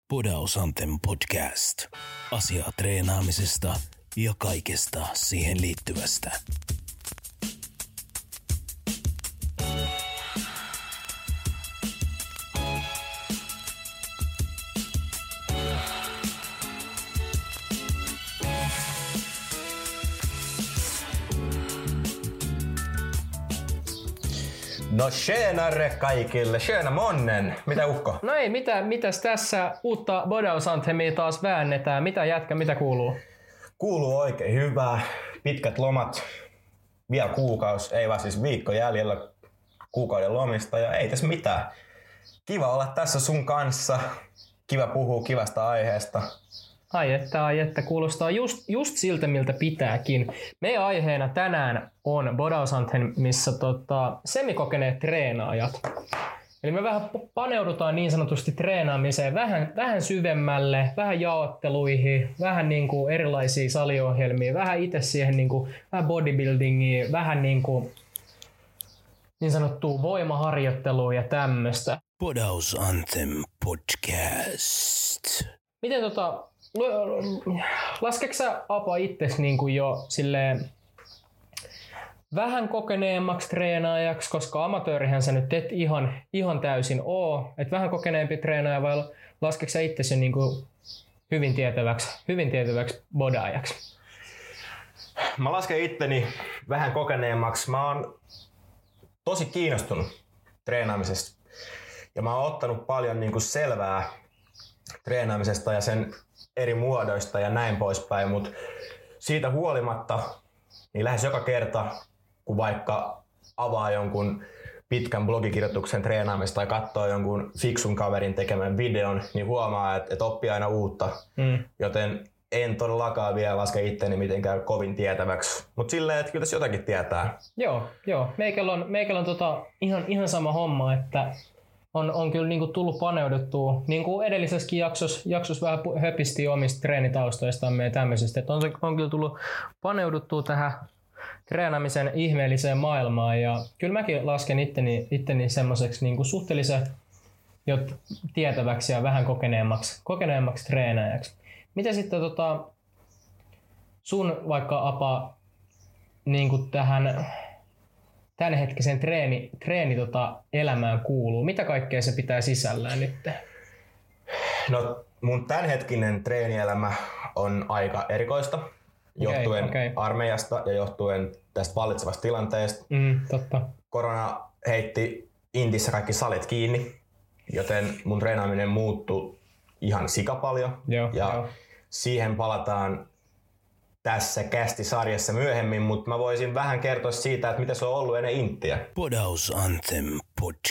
Podaus Anthem podcast. Asiaa treenaamisesta ja kaikesta siihen liittyvästä. No tjenare kaikille, tjena monnen. Mitä ukko? No ei, mitäs tässä uutta Podaus Anthemia taas väännetään? Mitä jätkä, mitä kuuluu? Kuuluu oikein hyvää. Pitkät lomat. Vielä kuukausi, ei vaan siis viikko jäljellä kuukauden lomista ja ei tässä mitään. Kiva olla tässä sun kanssa. Kiva puhua kivasta aiheesta. Ai että, kuulostaa just siltä, miltä pitääkin. Meidän aiheena tänään on Podaus Anthemissa semikokeneet treenaajat. Eli me vähän paneudutaan niin sanotusti treenaamiseen vähän syvemmälle, vähän jaotteluihin, vähän niinku erilaisia saliohjelmia, vähän itse siihen niinku, vähän bodybuildingia, vähän niinku niin sanottua voimaharjoittelua ja tämmöistä. Podaus Anthem podcast. Miten laskeeko sä Apa itses niinku jo silleen vähän kokeneemmaksi treenaajaksi, koska amatöörihän sä nyt et ihan täysin oo, et vähän kokeneempi treenaaja vai laskeeko sä itse niinku hyvin tietäväksi bodaajaksi? Mä lasken itteni vähän kokeneemmaksi. Mä oon tosi kiinnostunut treenaamisesta ja mä oon ottanut paljon niinku selvää treenaamisesta ja sen eri muodoista ja näin poispäin, mutta siitä huolimatta niin lähes joka kerta, kun vaikka avaa jonkun pitkän blogikirjoituksen treenaamista tai katsoo jonkun fiksun kaverin tekemän videon, niin huomaa, että oppii aina uutta. Joten en todellakaan vielä laske itteni mitenkään kovin tietäväksi, mutta silleen, että kyllä tässä jotakin tietää. Joo. Meikällä on ihan sama homma, että on kyllä niinku tullut paneuduttua, niin kuin edellisessäkin jaksossa vähän höpisti omista treenitaustoistamme ja tämmöisistä, että on kyllä tullut paneuduttua tähän treenaamisen ihmeelliseen maailmaan ja kyllä mäkin lasken itteni semmoiseksi niinku suhteellisen jo tietäväksi ja vähän kokeneemmaksi treenaajaksi. Mitä sitten sun vaikka Apa niinku tähän tämänhetkisen elämään kuuluu? Mitä kaikkea se pitää sisällään nyt? No mun tämänhetkinen treenielämä on aika erikoista johtuen armeijasta ja johtuen tästä vallitsevasta tilanteesta. Totta. Korona heitti Intissä kaikki salit kiinni, joten mun treenaaminen muuttui ihan sikapaljon. Joo. Siihen palataan tässä kästisarjassa myöhemmin, mutta mä voisin vähän kertoa siitä, että mitä se on ollut ennen Intiä. Podaus Anthem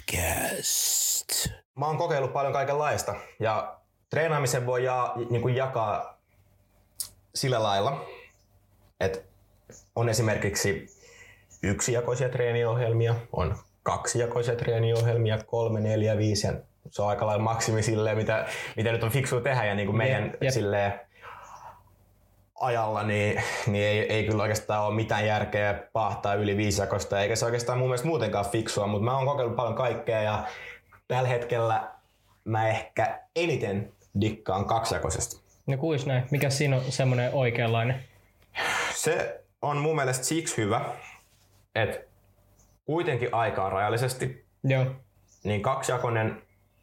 podcast. Mä oon kokeillut paljon kaikenlaista ja treenaamisen voi jakaa sillä lailla, että on esimerkiksi yksijakoisia treeniohjelmia, on kaksijakoisia treeniohjelmia, 3, 4, 5 ja se on aika lailla maksimi silleen, mitä nyt on fiksua tehdä ja niin kuin meidän silleen ajalla, niin ei kyllä oikeastaan ole mitään järkeä pahtaa yli 5-jakoista, eikä se oikeastaan mun mielestä muutenkaan fiksua, mutta mä oon kokeillut paljon kaikkea ja tällä hetkellä mä ehkä eniten dikkaan 2-jakoisesta. No kuis näin? Mikä siinä on semmoinen oikeanlainen? Se on mun mielestä siksi hyvä, että kuitenkin aikaa rajallisesti, niin 2-jakoinen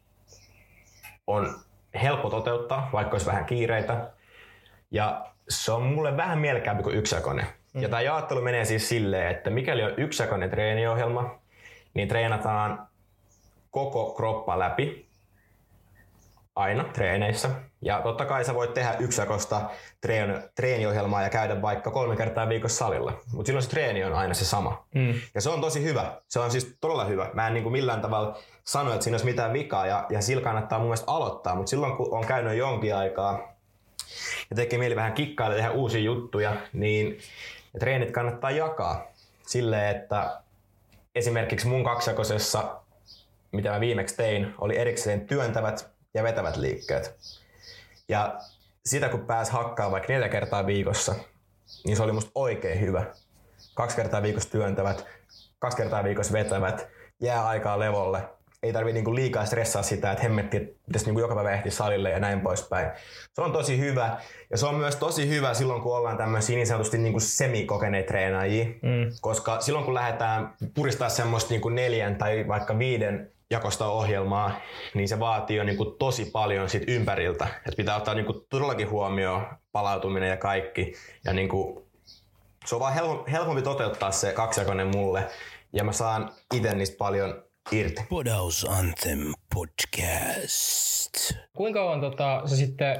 on helppo toteuttaa, vaikka olisi vähän kiireitä. Ja se on mulle vähän mielekkäämpi kuin 1-jakoinen. Ja tää jaottelu menee siis silleen, että mikäli on 1-jakoinen treeniohjelma, niin treenataan koko kroppa läpi aina treeneissä. Ja totta kai sä voit tehdä 1-jakoista treeniohjelmaa ja käydä vaikka 3 kertaa viikossa salilla. Mutta silloin se treeni on aina se sama. Ja se on tosi hyvä. Se on siis todella hyvä. Mä en niin kuin millään tavalla sano, että siinä olisi mitään vikaa ja sillä kannattaa mun mielestä aloittaa. Mutta silloin kun on käynyt jonkin aikaa ja tekee mieli vähän kikkailla ja tehdä uusia juttuja, niin ne treenit kannattaa jakaa silleen, että esimerkiksi mun 2-jakoisessa, mitä mä viimeksi tein, oli erikseen työntävät ja vetävät liikkeet. Ja sitä kun pääsi hakkaamaan vaikka 4 kertaa viikossa, niin se oli musta oikein hyvä. 2 kertaa viikossa työntävät, 2 kertaa viikossa vetävät, jää aikaa levolle, ei tarvitse niinku liikaa stressaa sitä, että hemmetti, että pitäisi niinku joka päivä ehtiä salille ja näin poispäin. Se on tosi hyvä. Ja se on myös tosi hyvä silloin, kun ollaan tämmöisiä niin sanotusti niinku semikokeneita treenaajia. Koska silloin, kun lähdetään puristaa semmoista niinku 4 tai vaikka 5 jakosta ohjelmaa, niin se vaatii jo niinku tosi paljon sit ympäriltä. Et pitää ottaa niinku todellakin huomioon palautuminen ja kaikki. Ja niinku, se on vaan helpompi toteuttaa se 2-jakoinen mulle. Ja mä saan ite niistä paljon irti. Bodaus Anthem Podcast. Kuinka kauan sä sitten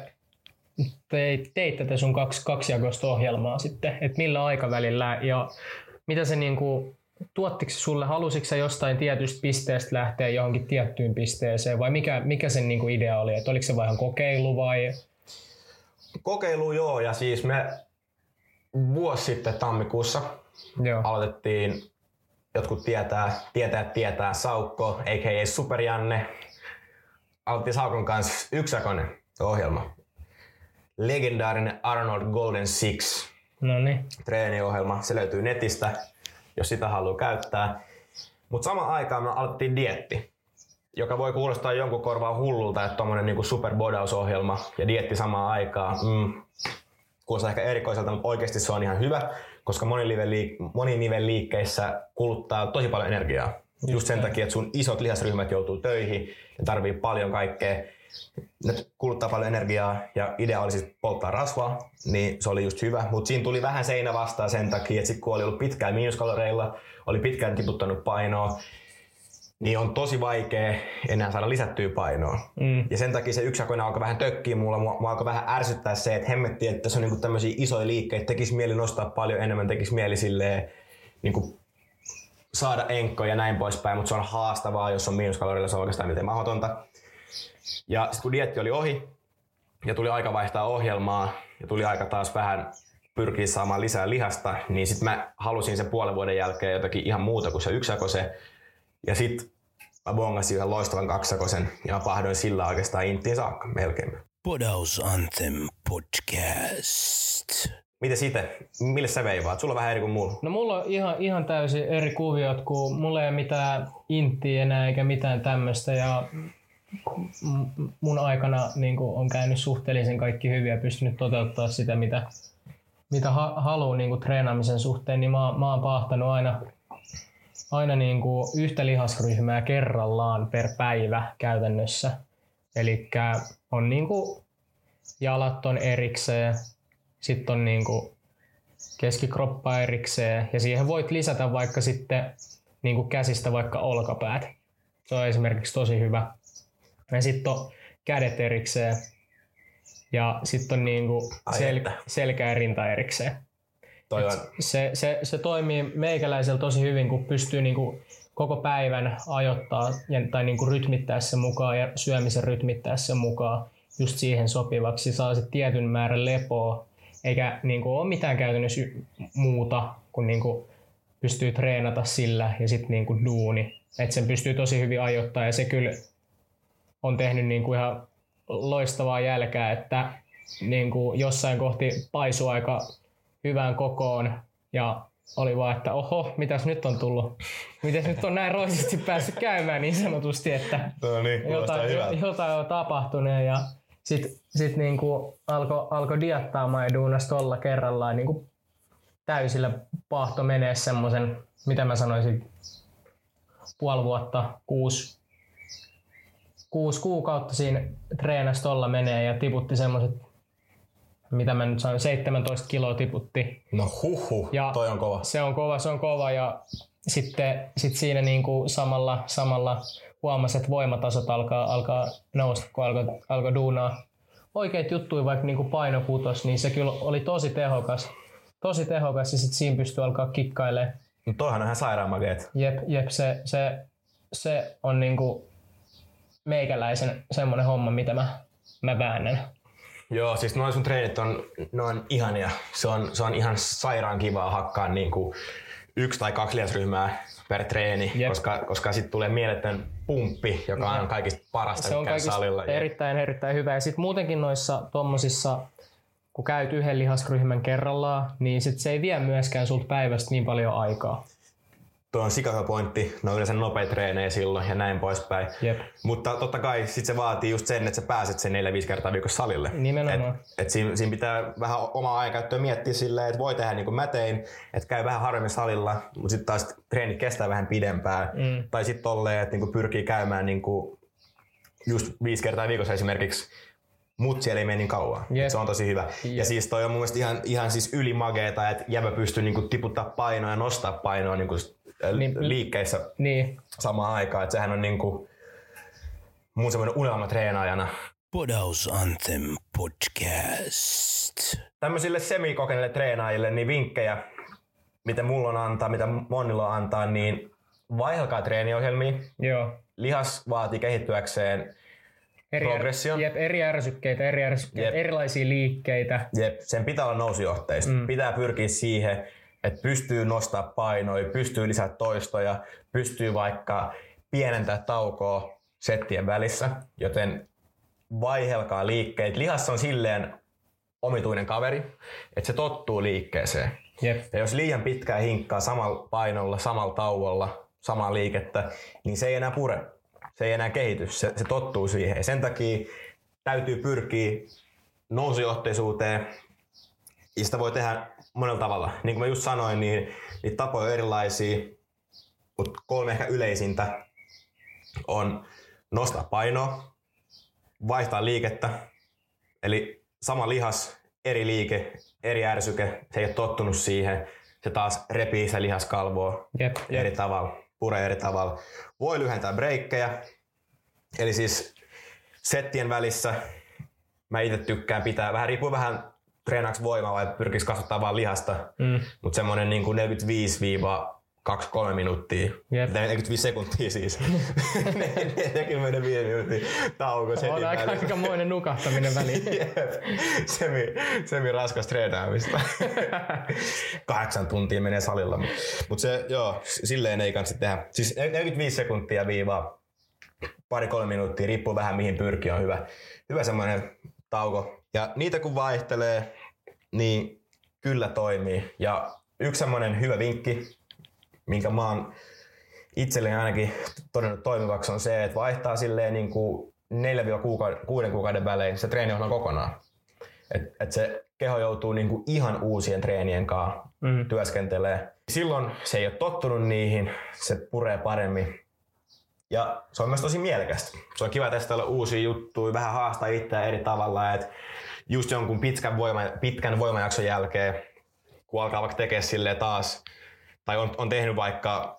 teit tätä sun kaksijakoista ohjelmaa sitten? Et millä aikavälillä ja mitä se niinku, tuottiko se sulle, halusitko sä jostain tietystä pisteestä lähteä johonkin tiettyyn pisteeseen vai mikä sen niinku idea oli? Et oliko se vaan kokeilu vai? Kokeilu joo, ja siis me vuosi sitten tammikuussa aloitettiin, jotkut tietää Saukko, a.k.a. Super Janne. Aloitettiin Saukon kanssa 1-jakoinen ohjelma. Legendaarinen Arnold Golden Six treeniohjelma. Se löytyy netistä, jos sitä haluaa käyttää. Mutta samaan aikaan me aloitettiin dieetti, joka voi kuulostaa jonkun korvaan hullulta, että tommonen niinku superbodausohjelma ja dieetti samaan aikaan. Kuulostaa ehkä erikoiselta, mutta oikeasti se on ihan hyvä, koska moninivelliikkeissä kuluttaa tosi paljon energiaa. Just sen takia, että sun isot lihasryhmät joutuu töihin ja tarvii paljon kaikkea. Ne kuluttaa paljon energiaa ja idea oli siis polttaa rasvaa, niin se oli just hyvä. Mutta siinä tuli vähän seinä vastaan sen takia, että sit kun oli ollut pitkään miinuskaloreilla, oli pitkään tiputtanut painoa, niin on tosi vaikea enää saada lisättyä painoa. Ja sen takia se 1-jakoinen alkoi vähän tökkiä mulla. Mua alkoi vähän ärsyttää se, että hemmetti, että se on niinku tämmöisiä isoja liikkeitä. Tekisi mieli nostaa paljon enemmän, tekisi mieli silleen, niinku saada enkkoja ja näin poispäin, mutta se on haastavaa, jos on miinuskalorilla, se on oikeastaan miten mahdotonta. Ja sitten kun dieetti oli ohi ja tuli aika vaihtaa ohjelmaa ja tuli aika taas vähän pyrkiä saamaan lisää lihasta, niin sitten mä halusin sen puolen vuoden jälkeen jotakin ihan muuta kuin se 1-jakoisen. Ja sit mä bongasin yhden loistavan 2-jakoisen ja mä pahdoin sillä oikeastaan inttiin saakka melkein. Bodaus Anthem Podcast. Miten itse? Mille sä veivaat? Sulla on vähän eri kuin mulla. No mulla on ihan täysin eri kuviot, kun mulla ei ole mitään inttiä enää eikä mitään tämmöistä. Ja mun aikana niin on käynyt suhteellisen kaikki hyvin ja pystynyt toteuttaa sitä, mitä haluaa niin treenaamisen suhteen. Niin mä oon pahtanut aina niin kuin yhtä lihasryhmää kerrallaan per päivä käytännössä. Elikkä on niin kuin jalat on erikseen, sitten on niin kuin keskikroppa erikseen ja siihen voit lisätä vaikka sitten niin kuin käsistä vaikka olkapäät. Se on esimerkiksi tosi hyvä. Ja sitten on kädet erikseen ja sitten on niin kuin selkä ja rinta erikseen. Se toimii meikäläisellä tosi hyvin, kun pystyy niinku koko päivän ajoittaa tai niinku rytmittää sen mukaan ja syömisen rytmittää sen mukaan just siihen sopivaksi. Saa sitten tietyn määrän lepoa, eikä niinku ole mitään käytännössä muuta, kun niinku pystyy treenata sillä ja sitten niinku duuni. Et sen pystyy tosi hyvin ajoittaa ja se kyllä on tehnyt niinku ihan loistavaa jälkeä, että niinku jossain kohti paisui aika hyvään kokoon ja oli vaan, että oho, mitäs nyt on tullut? Mitäs nyt on näin roisisti päässyt käymään niin sanotusti, että no niin, jotain on tapahtunut ja sit niinku alkoi diettaamaan ja duunas tolla kerrallaan niinku täysillä pahto menee semmosen, mitä mä sanoisin, puoli vuotta, 6 kuukautta siinä treenasi tolla menee ja tiputti semmoset, mitä mä nyt sanoin, 17 kiloa tiputti. No toi on kova. Se on kova ja sitten siinä niinku samalla huomasi, että voimatasot alkaa nousta, kun alkoi duunaa oikeita juttuja, vaikka niinku paino putosi, niin se kyllä oli tosi tehokas ja sitten siinä pystyy alkaa kikkailemaan. No toihan on ihan sairaan makeet. Jep, se on niinku meikäläisen semmonen homma, mitä mä väännän. Joo, siis noin sun treenit on ihania. Se on ihan sairaan kivaa hakkaa niinku 1 tai 2 lihasryhmää per treeni, koska sitten tulee mieletön pumppi, joka on kaikista parasta, se on kaikista salilla. Erittäin hyvä. Ja sitten muutenkin noissa tommosissa, kun käyt yhden lihasryhmän kerrallaan, niin sit se ei vie myöskään sulta päivästä niin paljon aikaa. tuo on sikava pointti, ne on yleensä nopeita treenejä silloin ja näin poispäin. Jep. Mutta totta kai sit se vaatii just sen, että sä pääset sen 4-5 kertaa viikossa salille. Nimenomaan. Et siinä pitää vähän omaa ajankäyttöä miettiä silleen, että voi tehdä niin kuin mä tein, että käy vähän harvemmin salilla, mutta sitten taas treenit kestää vähän pidempään. Tai sitten tolleen, että niinku pyrkii käymään niinku just 5 kertaa viikossa esimerkiksi, mut siellä ei mene niin kauan. Se on tosi hyvä. Ja siis toi on mun mielestä ihan siis ylimageeta, että jäbä pystyy niinku tiputtaa painoa ja nostaa painoa niinku liikkeissä samaan aikaan. Että sehän on niinku mun semmoinen unelma treenaajana. Bodaus Anthem Podcast. Tämmöisille semikokeneille treenaajille niin vinkkejä, mitä mulla on antaa, mitä monilla on antaa, niin vaihdelkaa treeniohjelmia. Joo. Lihas vaatii kehittyäkseen progression. Eri ärsykkeitä, erilaisia liikkeitä. Sen pitää olla nousujohteista. Pitää pyrkiä siihen, että pystyy nostaa painoja, pystyy lisää toistoja, pystyy vaikka pienentää taukoa settien välissä, joten vaihelkaa liikkeet. Lihas on silleen omituinen kaveri, että se tottuu liikkeeseen. Ja jos liian pitkään hinkkaa samalla painolla, samalla tauolla, samaa liikettä, niin se ei enää pure. Se ei enää kehity, se tottuu siihen. Ja sen takia täytyy pyrkiä nousujohteisuuteen. Ja sitä voi tehdä monella tavalla. Niin kuin mä just sanoin, niin niitä tapoja on erilaisia, mutta 3 ehkä yleisintä on nostaa painoa, vaihtaa liikettä, eli sama lihas, eri liike, eri ärsyke, se ei ole tottunut siihen, se taas repii se lihaskalvoa eri tavalla, puree eri tavalla. Voi lyhentää breikkejä, eli siis settien välissä mä itse tykkään pitää, riippuu vähän treenaaks voimaa vai pyrkiksi kasvattaa vaan lihasta, mutta semmonen niin kuin 45-2-3 minuuttia, 45 sekuntia siis, 45 minuuttia tauko setin välissä. On aikamoinen nukahtaminen väliin. Semi raskas treenaamista. 8 tuntia menee salilla, mutta se joo, silleen ei kannata tehdä. Siis 45 sekuntia viivaa 2-3 minuuttia, riippuu vähän mihin pyrkii, on hyvä semmoinen tauko. Ja niitä kun vaihtelee, niin kyllä toimii. Ja yksi semmoinen hyvä vinkki, minkä mä oon itselleni ainakin todennut toimivaksi, on se, että vaihtaa silleen niin kuin 4-6 kuukauden välein se treeniohjelma kokonaan. Et se keho joutuu niin kuin ihan uusien treenien kanssa työskentelemään. Silloin se ei ole tottunut niihin, se puree paremmin. Ja se on myös tosi mielekästä. Se on kiva testailla uusia juttuja, vähän haastaa itseä eri tavalla. Et just jonkun pitkän voimajakson jälkeen, kun alkaa vaikka tekemään silleen taas, tai on tehnyt vaikka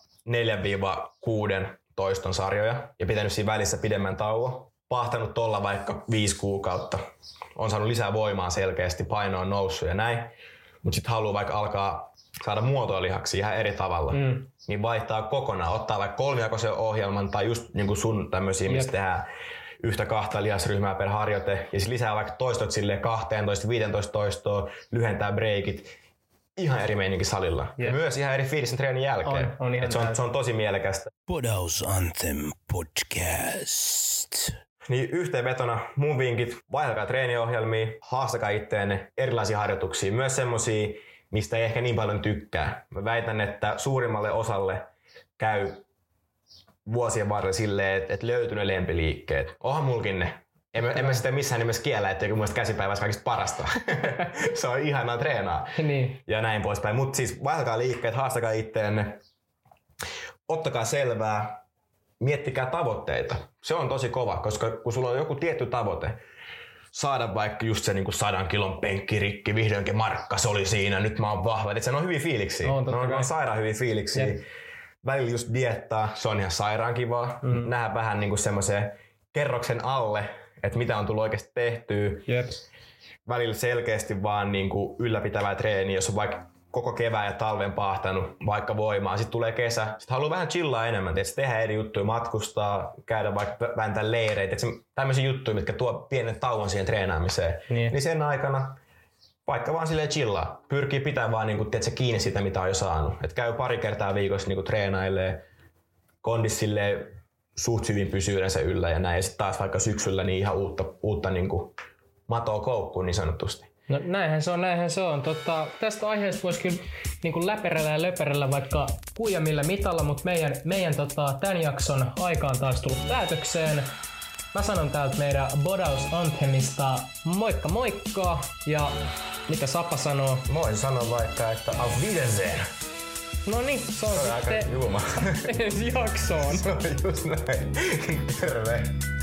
4-6 toiston sarjoja ja pitänyt siinä välissä pidemmän tauon, pahtanut tolla vaikka 5 kuukautta, on saanut lisää voimaa selkeästi, paino on noussut ja näin, mutta sitten haluaa vaikka alkaa saada muotoa lihaksi ihan eri tavalla, niin vaihtaa kokonaan, ottaa vaikka 3-jakoisen ohjelman tai just niin kuin sun tämmöisiä, missä tehdään 1-2 lihasryhmää per harjoite ja sitten lisää vaikka toistot silleen 12-15 toistoa, lyhentää breikit. Ihan eri meininki salilla. Ja myös ihan eri fiilis sen treenin jälkeen. Se on tosi mielekästä. Bodaus Anthem Podcast. Niin yhteenvetona mun vinkit, vaihdelkaa treeniohjelmia, haastakaa itteenne erilaisia harjoituksia, myös semmosia, mistä ei ehkä niin paljon tykkää. Mä väitän, että suurimmalle osalle käy vuosien varrella silleen, että löytyy ne lempiliikkeet. Onhan mulkin ne. En mä sitä missään nimessä kiellä, etteikö mun mielestä käsipäivä olisi kaikista parasta. Se on ihanaa treenaa. Niin. Ja näin poispäin. Mutta siis vaihdelkaa liikkeet, haastakaa itteenne. Ottakaa selvää. Miettikää tavoitteita. Se on tosi kova, koska kun sulla on joku tietty tavoite, saada vaikka just se niin 100 kilon penkkirikki, vihdoinkin markka, se oli siinä, nyt mä oon vahva. Et se on hyviä fiiliksiä. On sairaan hyviä fiiliksiä. Välillä just dieettaa, se on ihan sairaan kivaa. Nähdä vähän niin semmoisen kerroksen alle, että mitä on tullut oikeasti tehtyä. Välillä selkeästi vaan niin kuin ylläpitävää treeniä, jos on vaikka koko kevään ja talven paahtanut vaikka voimaa. Sitten tulee kesä, sitten haluaa vähän chillaa enemmän, että tehdä eri juttuja, matkustaa, käydä vaikka vääntää leireitä. Tämmöisiä juttuja, mitkä tuo pienen tauon siihen treenaamiseen. Niin sen aikana vaikka vaan silleen chillaa. Pyrkii pitämään vaan niin kuin, kiinni siitä, mitä on jo saanut. Et käy pari kertaa viikossa niin treenailee, kondis silleen suht hyvin pysyy yleensä yllä ja näin. Ja sitten taas vaikka syksyllä niin ihan uutta niin kuin matoa koukkuun niin sanotusti. No näinhän se on. Tästä aiheesta voisi kyllä niin läperellä ja löperellä vaikka kuja millä mitalla, mutta meidän tämän jakson aika on taas tullut päätökseen. Mä sanon täältä meidän Bodaus Anthemista moikka moikka, ja mitä Sapa sanoo? Moi, sanon vaikka, että auf Wiedersehen. No niin, se on aika julma. ensi jaksoon. Se on just näin. Terve.